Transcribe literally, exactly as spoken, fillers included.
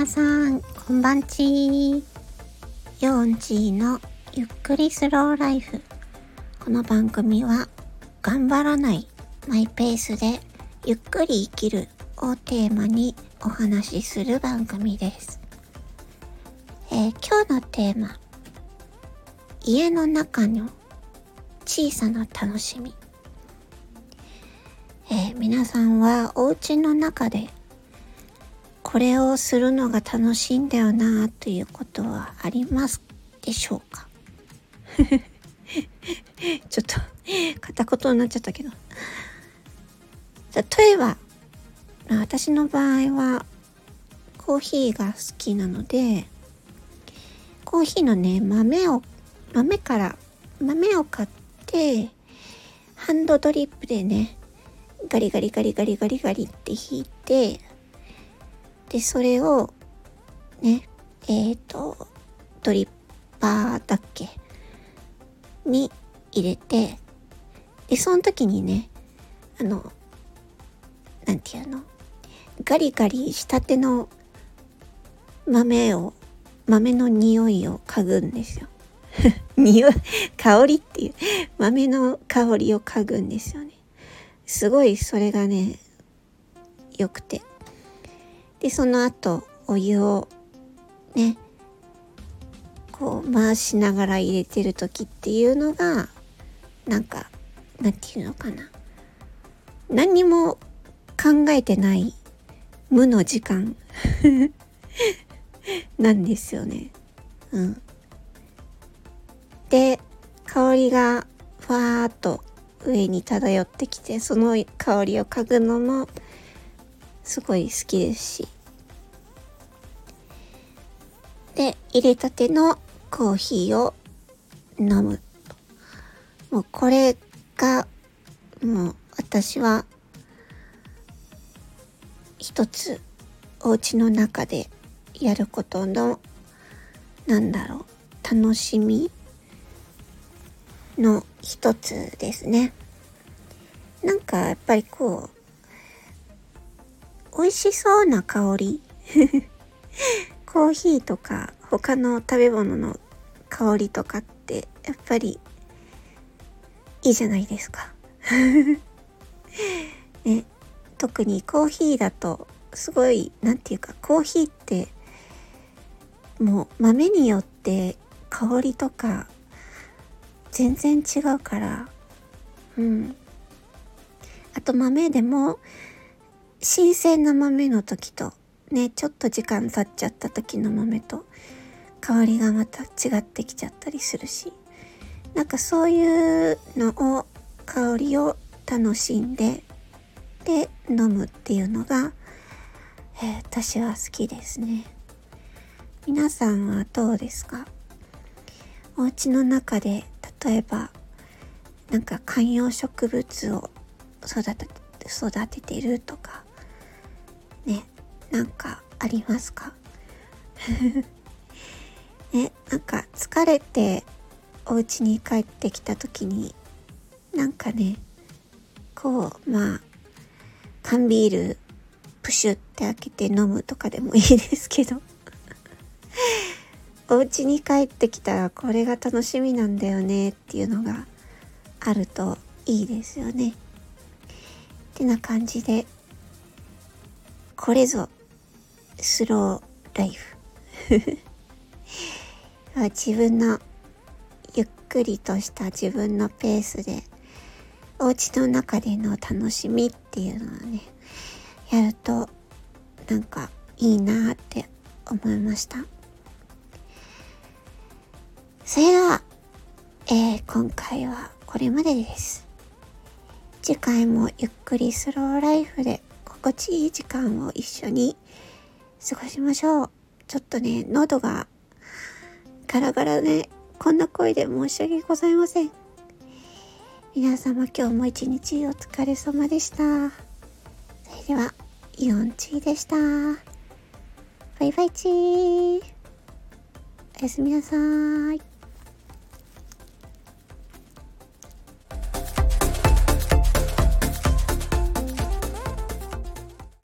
皆さんこんばんち。ヨンチーのゆっくりスローライフ。この番組は頑張らないマイペースでゆっくり生きるをテーマにお話しする番組です。えー、今日のテーマ、家の中の小さな楽しみ。えー、皆さんはお家の中でこれをするのが楽しいんだよなということはありますでしょうか？ちょっと片言になっちゃったけど、例えば私の場合はコーヒーが好きなので、コーヒーのね豆を豆から豆を買ってハンドドリップでねガリガリガリガリガリガリって引いて、でそれをねえっとドリッパーだっけに入れて、でその時にねあのなんていうのガリガリしたての豆を豆の匂いを嗅ぐんですよ。匂い香りっていう豆の香りを嗅ぐんですよね。すごいそれがね良くて、でその後お湯をねこう回しながら入れてる時っていうのがなんかなんていうのかな、何にも考えてない無の時間なんですよね。うん。で香りがふわーっと上に漂ってきて、その香りを嗅ぐのもすごい好きですし、で入れたてのコーヒーを飲む。もうこれがもう私は一つお家の中でやることのなんだろう楽しみの一つですね。なんかやっぱりこう美味しそうな香りコーヒーとか他の食べ物の香りとかってやっぱりいいじゃないですか。ね、特にコーヒーだとすごいなんていうか、コーヒーってもう豆によって香りとか全然違うから、うん。あと豆でも新鮮な豆の時とね、ちょっと時間経っちゃった時の豆と香りがまた違ってきちゃったりするし、なんかそういうのを香りを楽しんでで飲むっていうのが、えー、私は好きですね。皆さんはどうですか？お家の中で例えばなんか観葉植物を育て育ててるとかね、なんかありますか？ね、なんか疲れてお家に帰ってきた時になんかねこうまあ缶ビールプシュって開けて飲むとかでもいいですけどお家に帰ってきたらこれが楽しみなんだよねっていうのがあるといいですよね。ってな感じで、これぞスローライフ自分のゆっくりとした自分のペースでお家の中での楽しみっていうのをねやるとなんかいいなって思いました。それでは、えー、今回はこれまでです。次回もゆっくりスローライフで心地いい時間を一緒に過ごしましょう。ちょっとね喉がガラガラね、こんな声で申し訳ございません。皆様今日も一日お疲れ様でした。それではイオンチーでした。バイバイチー。おやすみなさい。